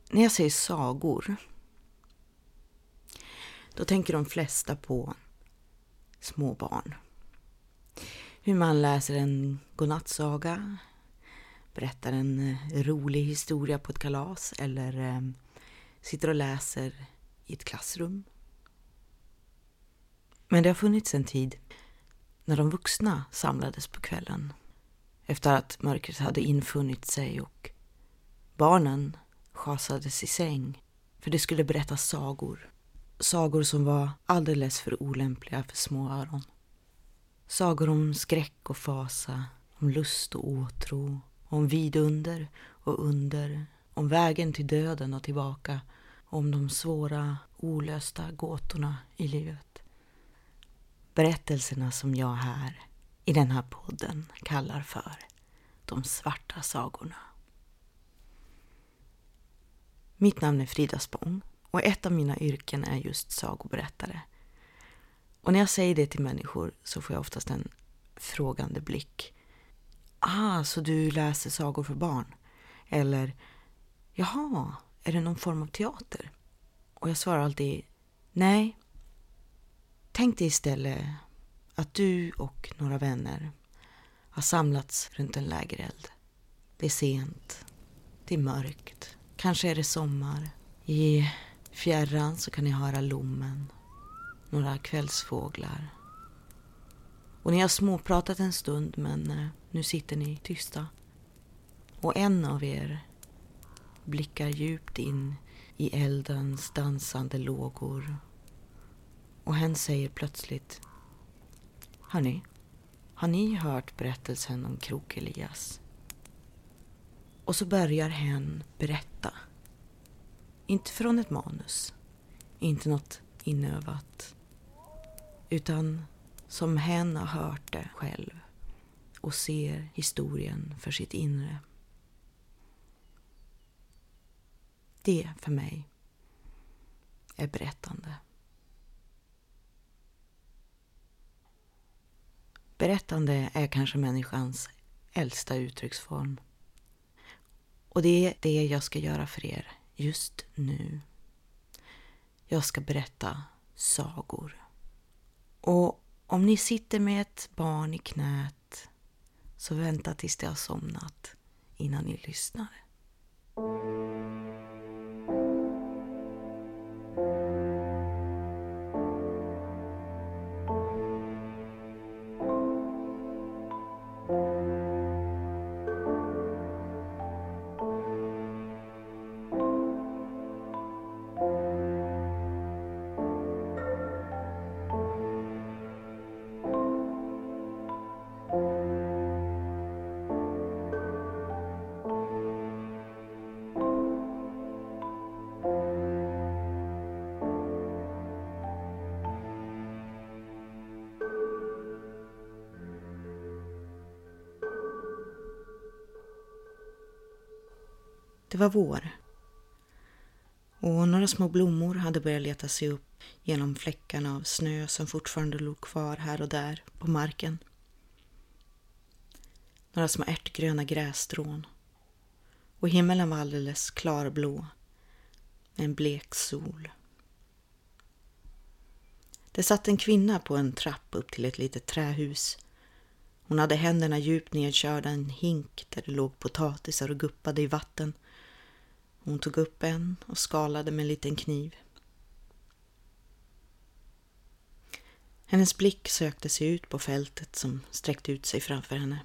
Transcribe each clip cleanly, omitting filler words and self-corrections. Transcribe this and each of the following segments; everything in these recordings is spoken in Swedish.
När jag säger sagor, då tänker de flesta på små barn. Hur man läser en godnattsaga, berättar en rolig historia på ett kalas eller sitter och läser i ett klassrum. Men det har funnits en tid när de vuxna samlades på kvällen efter att mörkret hade infunnit sig och barnen schasades i säng för det skulle berättas sagor. Sagor som var alldeles för olämpliga för små öron. Sagor om skräck och fasa, om lust och åtrå, om vidunder och under, om vägen till döden och tillbaka, om de svåra, olösta gåtorna i livet. Berättelserna som jag här i den här podden kallar för de svarta sagorna. Mitt namn är Frida Spång och ett av mina yrken är just sagoberättare. Och när jag säger det till människor så får jag oftast en frågande blick. Så du läser sagor för barn? Eller, jaha, är det någon form av teater? Och jag svarar alltid, nej. Tänk dig istället att du och några vänner har samlats runt en lägereld. Det är sent, det är mörkt, kanske är det sommar. I fjärran så kan ni höra lommen, några kvällsfåglar. Och ni har småpratat en stund men nu sitter ni tysta. Och en av er blickar djupt in i eldens dansande lågor. Och hen säger plötsligt, hörni, har ni hört berättelsen om Krok Elias? Och så börjar hen berätta. Inte från ett manus, inte något inövat, utan som hen har hört det själv och ser historien för sitt inre. Det för mig är berättande. Berättande är kanske människans äldsta uttrycksform. Och det är det jag ska göra för er just nu. Jag ska berätta sagor. Och om ni sitter med ett barn i knät så vänta tills det har somnat innan ni lyssnar. Det var vår. Och några små blommor hade börjat leta sig upp genom fläckarna av snö som fortfarande låg kvar här och där på marken. Några små ärtgröna grässtrån. Och himmelen var alldeles klarblå med en blek sol. Det satt en kvinna på en trapp upp till ett litet trähus. Hon hade händerna djupt nedkörda i en hink där det låg potatisar och guppade i vatten. Hon tog upp en och skalade med en liten kniv. Hennes blick sökte sig ut på fältet som sträckte ut sig framför henne.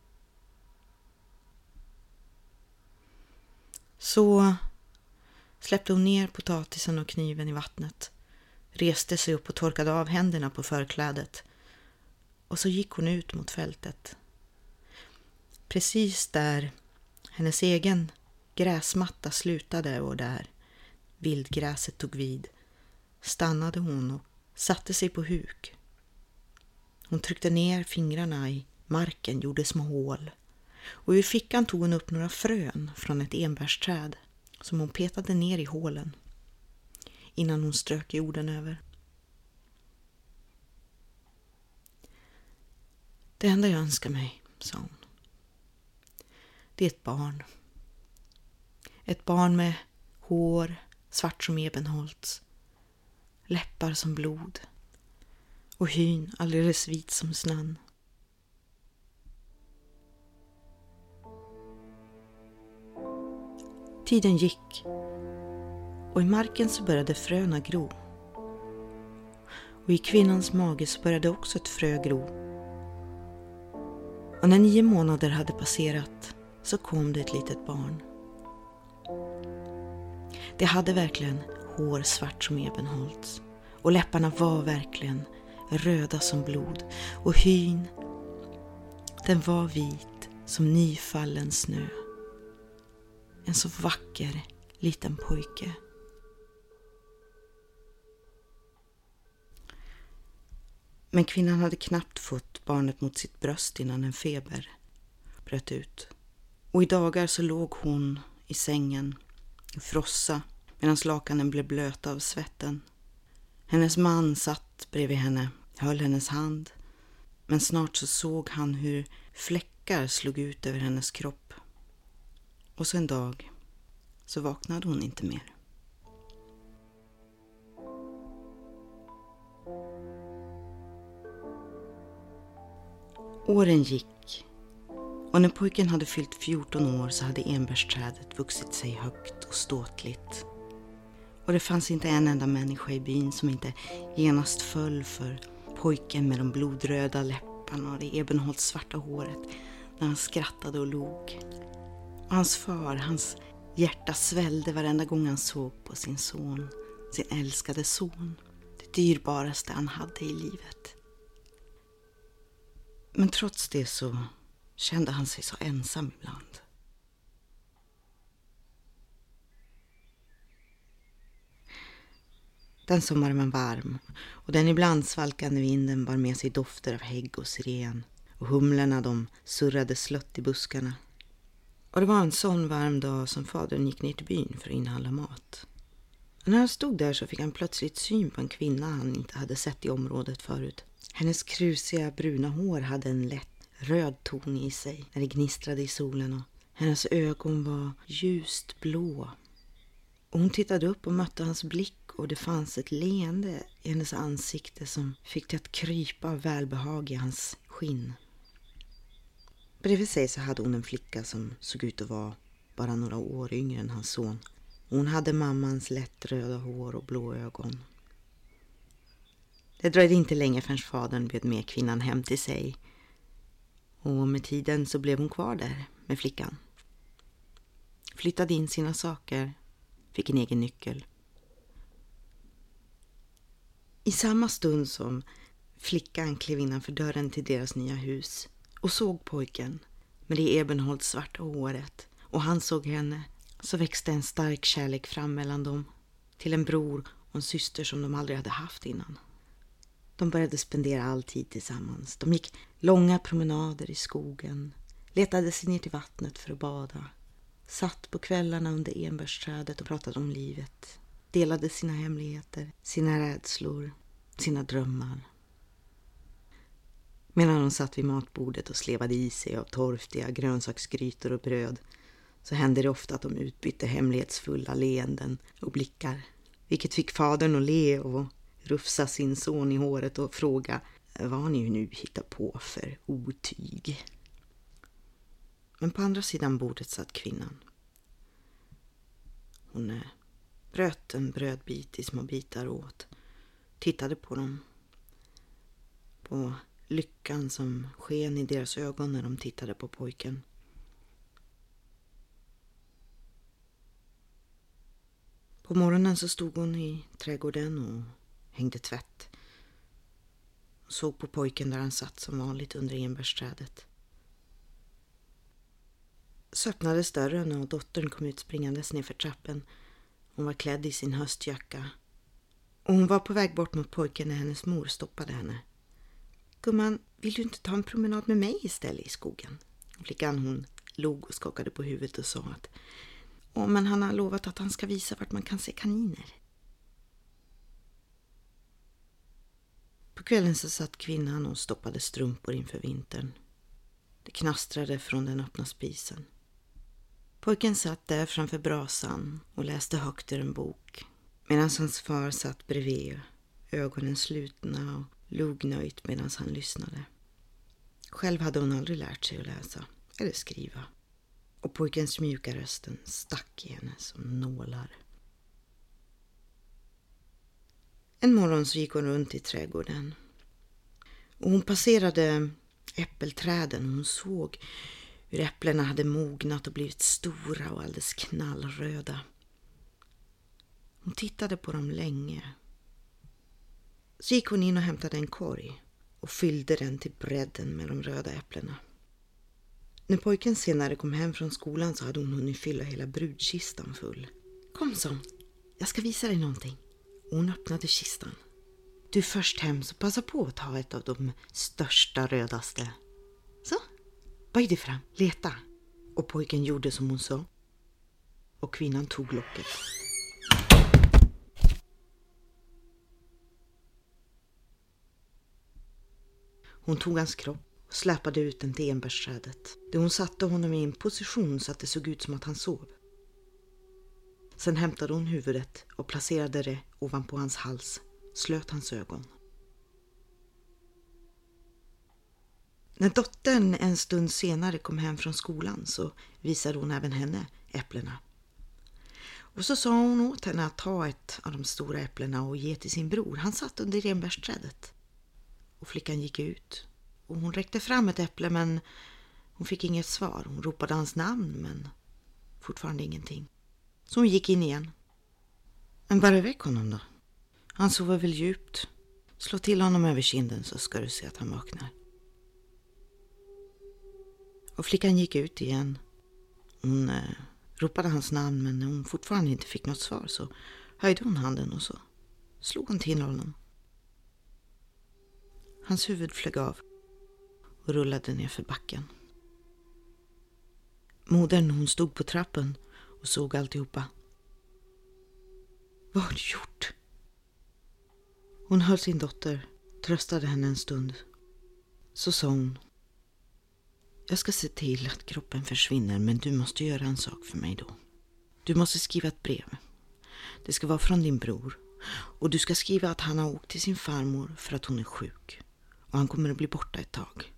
Så släppte hon ner potatisen och kniven i vattnet, reste sig upp och torkade av händerna på förklädet och så gick hon ut mot fältet. Precis där hennes egen gräsmatta slutade och där vildgräset tog vid stannade hon och satte sig på huk. Hon tryckte ner fingrarna i marken, gjorde små hål och ur fickan tog hon upp några frön från ett enbärsträd som hon petade ner i hålen innan hon strök jorden över. Det enda jag önskar mig, sa hon, det är ett barn. Ett barn med hår svart som ebenholts, läppar som blod och hyn alldeles vit som snön. Tiden gick och i marken så började fröna gro. Och i kvinnans mage så började också ett frö gro. Och när 9 månader hade passerat så kom det ett litet barn. Det hade verkligen hår svart som ebenholts och läpparna var verkligen röda som blod och hyn, den var vit som nyfallen snö. En så vacker liten pojke. Men kvinnan hade knappt fått barnet mot sitt bröst innan en feber bröt ut. Och i dagar så låg hon i sängen och frossa medan lakanen blev blöta av svetten. Hennes man satt bredvid henne, höll hennes hand. Men snart så såg han hur fläckar slog ut över hennes kropp. Och så en dag så vaknade hon inte mer. Åren gick och när pojken hade fyllt 14 år så hade enbärsträdet vuxit sig högt och ståtligt. Och det fanns inte en enda människa i byn som inte genast föll för pojken med de blodröda läpparna och det ebenholts svarta håret när han skrattade och log. Och hans far, hans hjärta svällde varenda gång han såg på sin son, sin älskade son, det dyrbaraste han hade i livet. Men trots det så kände han sig så ensam ibland. Den sommaren var varm och den ibland svalkande vinden bar med sig dofter av hägg och siren och humlorna de surrade slött i buskarna. Och det var en sån varm dag som fadern gick ner till byn för att inhandla mat. Och när han stod där så fick han plötsligt syn på en kvinna han inte hade sett i området förut. Hennes krusiga bruna hår hade en lätt röd ton i sig när det gnistrade i solen och hennes ögon var ljust blå. Och hon tittade upp och mötte hans blick och det fanns ett leende i hennes ansikte som fick det att krypa av välbehag i hans skinn. Bredvid sig så hade hon en flicka som såg ut att vara bara några år yngre än hans son. Hon hade mammans lätt röda hår och blå ögon. Det dröjde inte länge förrän fadern bjöd med kvinnan hem till sig. Och med tiden så blev hon kvar där med flickan. Flyttade in sina saker, fick en egen nyckel. I samma stund som flickan klev innanför dörren till deras nya hus och såg pojken med det ebenholts svarta håret och han såg henne, så växte en stark kärlek fram mellan dem till en bror och en syster som de aldrig hade haft innan. De började spendera all tid tillsammans. De gick långa promenader i skogen, letade sig ner till vattnet för att bada, satt på kvällarna under enbärsträdet och pratade om livet, delade sina hemligheter, sina rädslor, sina drömmar. Medan de satt vid matbordet och slevade i sig av torftiga grönsaksgrytor och bröd så hände det ofta att de utbytte hemlighetsfulla leenden och blickar, vilket fick fadern att le och rufsa sin son i håret och fråga vad ni nu hittar på för otyg. Men på andra sidan bordet satt kvinnan. Hon bröt en brödbit i små bitar och åt, tittade på dem, på lyckan som sken i deras ögon när de tittade på pojken. På morgonen så stod hon i trädgården och hängde tvätt. Och såg på pojken där han satt som vanligt under enbärsträdet. Så öppnades dörren och dottern kom ut springandes ner för trappen. Hon var klädd i sin höstjacka. Och hon var på väg bort mot pojken när hennes mor stoppade henne. Gumman, vill du inte ta en promenad med mig istället i skogen? Flickan hon log och skakade på huvudet och sa att men han har lovat att han ska visa vart man kan se kaniner. På kvällen så satt kvinnan och stoppade strumpor inför vintern. Det knastrade från den öppna spisen. Pojken satt där framför brasan och läste högt ur en bok, medan hans far satt bredvid, ögonen slutna och log nöjt medan han lyssnade. Själv hade hon aldrig lärt sig att läsa eller skriva, och pojkens mjuka rösten stack i henne som nålar. En morgon så gick hon runt i trädgården, och hon passerade äppelträden och hon såg hur äpplena hade mognat och blivit stora och alldeles knallröda. Hon tittade på dem länge. Så gick hon in och hämtade en korg och fyllde den till bredden med de röda äpplena. När pojken senare kom hem från skolan så hade hon hunnit fylla hela brudkistan full. Kom så, jag ska visa dig någonting. Och hon öppnade kistan. Du först hem, så passa på att ta ett av de största, rödaste. Så, böj dig fram, leta. Och pojken gjorde som hon sa. Och kvinnan tog locket. Hon tog hans kropp och släpade ut den till enbärsträdet. Där hon satte honom i en position så att det såg ut som att han sov. Sen hämtade hon huvudet och placerade det ovanpå hans hals, slöt hans ögon. När dottern en stund senare kom hem från skolan så visade hon även henne äpplena. Och så sa hon åt henne att ta ett av de stora äpplena och ge till sin bror. Han satt under enbärsträdet. Och flickan gick ut och hon räckte fram ett äpple, men hon fick inget svar. Hon ropade hans namn, men fortfarande ingenting. Så hon gick in igen. Men bara väck honom då. Han sover väl djupt. Slå till honom över kinden så ska du se att han vaknar. Och flickan gick ut igen. Hon ropade hans namn, men när hon fortfarande inte fick något svar så höjde hon handen och så slog hon till honom. Hans huvud flög av och rullade ner för backen. Modern, hon stod på trappen och såg alltihopa. Vad har du gjort? Hon höll sin dotter, tröstade henne en stund. Så sa hon: jag ska se till att kroppen försvinner, men du måste göra en sak för mig då. Du måste skriva ett brev. Det ska vara från din bror. Och du ska skriva att han har åkt till sin farmor för att hon är sjuk. Och han kommer att bli borta ett tag.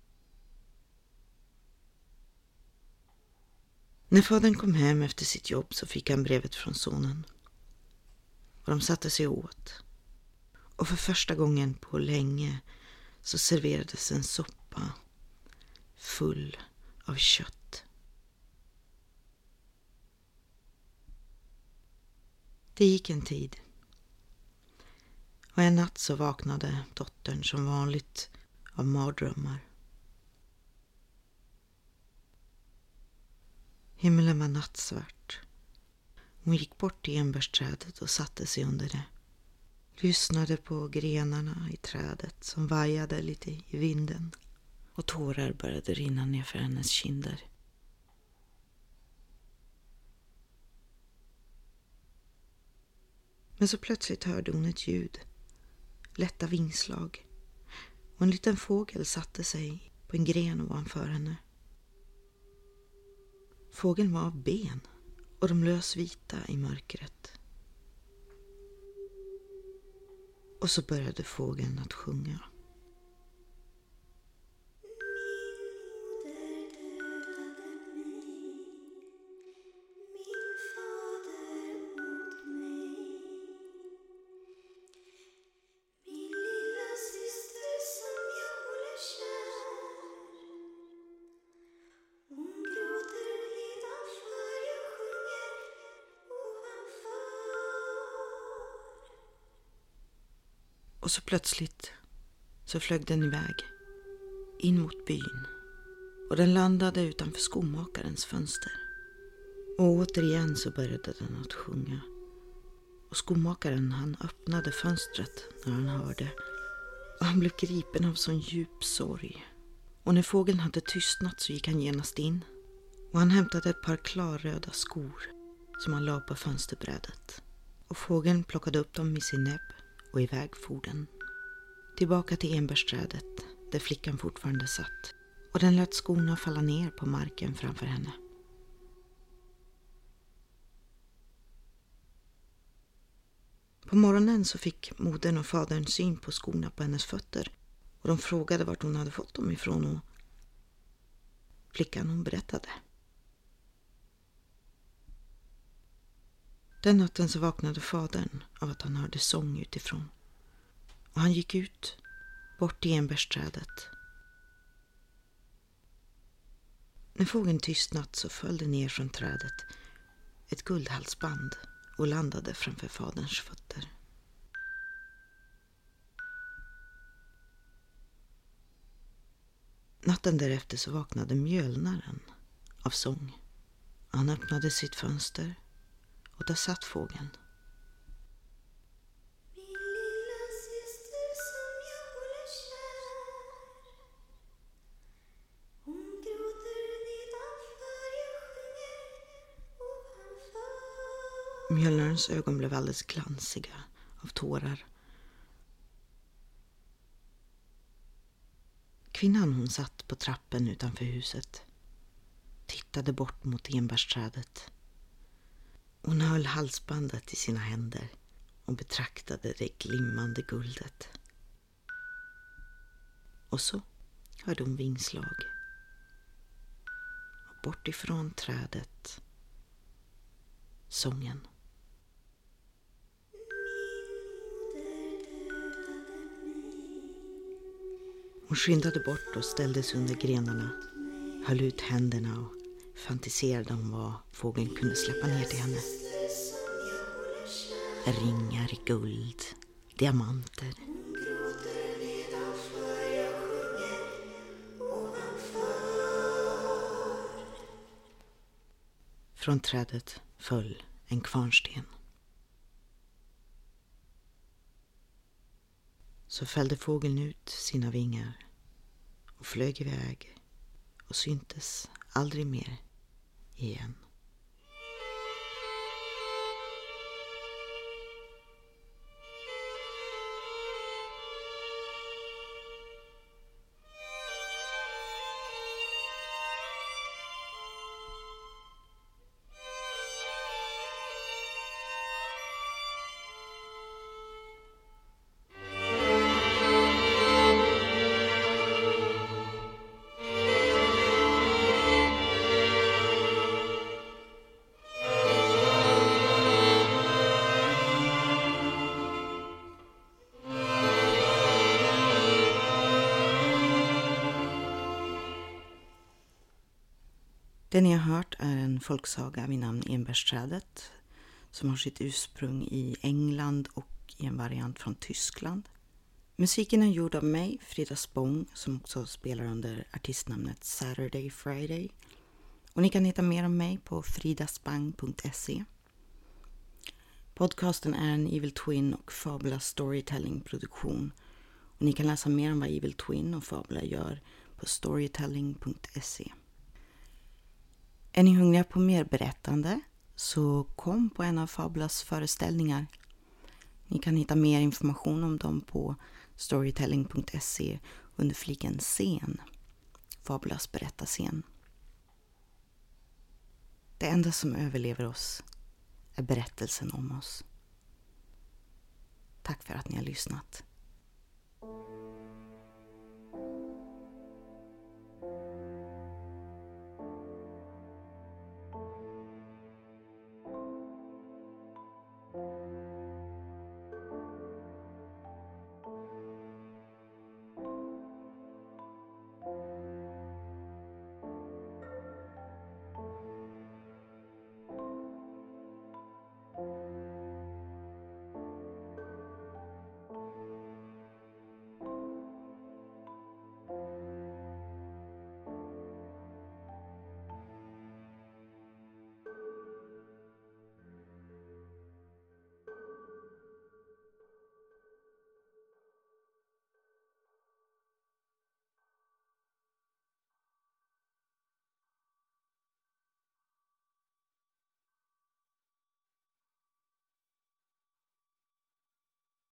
När fadern kom hem efter sitt jobb så fick han brevet från sonen. Och de satte sig åt. Och för första gången på länge så serverades en soppa full av kött. Det gick en tid. Och en natt så vaknade dottern som vanligt av mardrömmar. Himlen var nattsvart. Hon gick bort till enbärsträdet och satte sig under det. Lyssnade på grenarna i trädet som vajade lite i vinden. Och tårar började rinna ner för hennes kinder. Men så plötsligt hörde hon ett ljud. Lätta vingslag. Och en liten fågel satte sig på en gren ovanför henne. Fågeln var av ben och de lös vita i mörkret. Och så började fågeln att sjunga. Och så plötsligt så flög den iväg in mot byn och den landade utanför skomakarens fönster. Och återigen så började den att sjunga. Och skomakaren, han öppnade fönstret när han hörde, och han blev gripen av sån djup sorg. Och när fågeln hade tystnat så gick han genast in och han hämtade ett par klarröda skor som han la på fönsterbrädet. Och fågeln plockade upp dem i sin näbb och iväg for den. Tillbaka till enbärsträdet där flickan fortfarande satt. Och den lät skorna falla ner på marken framför henne. På morgonen så fick modern och fadern syn på skorna på hennes fötter och de frågade vart hon hade fått dem ifrån och flickan hon berättade. Den natten så vaknade fadern av att han hörde sång utifrån och han gick ut bort till enbärsträdet. När fågeln tystnat så föll det ner från trädet ett guldhalsband och landade framför faderns fötter. Natten därefter så vaknade mjölnaren av sång. Han öppnade sitt fönster och där satt fågeln. Min lilla syster som jag håller kär, hon gråter nedanför jag sjunger ovanför. Mjölnarens ögon blev alldeles glansiga av tårar. Kvinnan hon satt på trappen utanför huset tittade bort mot enbärsträdet. Hon höll halsbandet i sina händer och betraktade det glimmande guldet. Och så hörde hon vingslag. Och bort ifrån trädet sången. Hon skyndade bort och ställde sig under grenarna, höll ut händerna och fantiserade om vad fågeln kunde släppa ner till henne. Ringar i guld, diamanter. Från trädet föll en kvarnsten. Så fällde fågeln ut sina vingar och flög iväg och syntes aldrig mer igen. Det ni har hört är en folksaga vid namn Enbärsträdet som har sitt ursprung i England och i en variant från Tyskland. Musiken är gjord av mig, Frida Spång, som också spelar under artistnamnet Saturday Friday. Och ni kan hitta mer om mig på fridaspang.se. Podcasten är en Evil Twin och Fabula Storytelling-produktion. Och ni kan läsa mer om vad Evil Twin och Fabula gör på storytelling.se. Är ni hungriga på mer berättande så kom på en av Fabulas föreställningar. Ni kan hitta mer information om dem på storytelling.se under fliken scen. Fabulas berättarscen. Det enda som överlever oss är berättelsen om oss. Tack för att ni har lyssnat.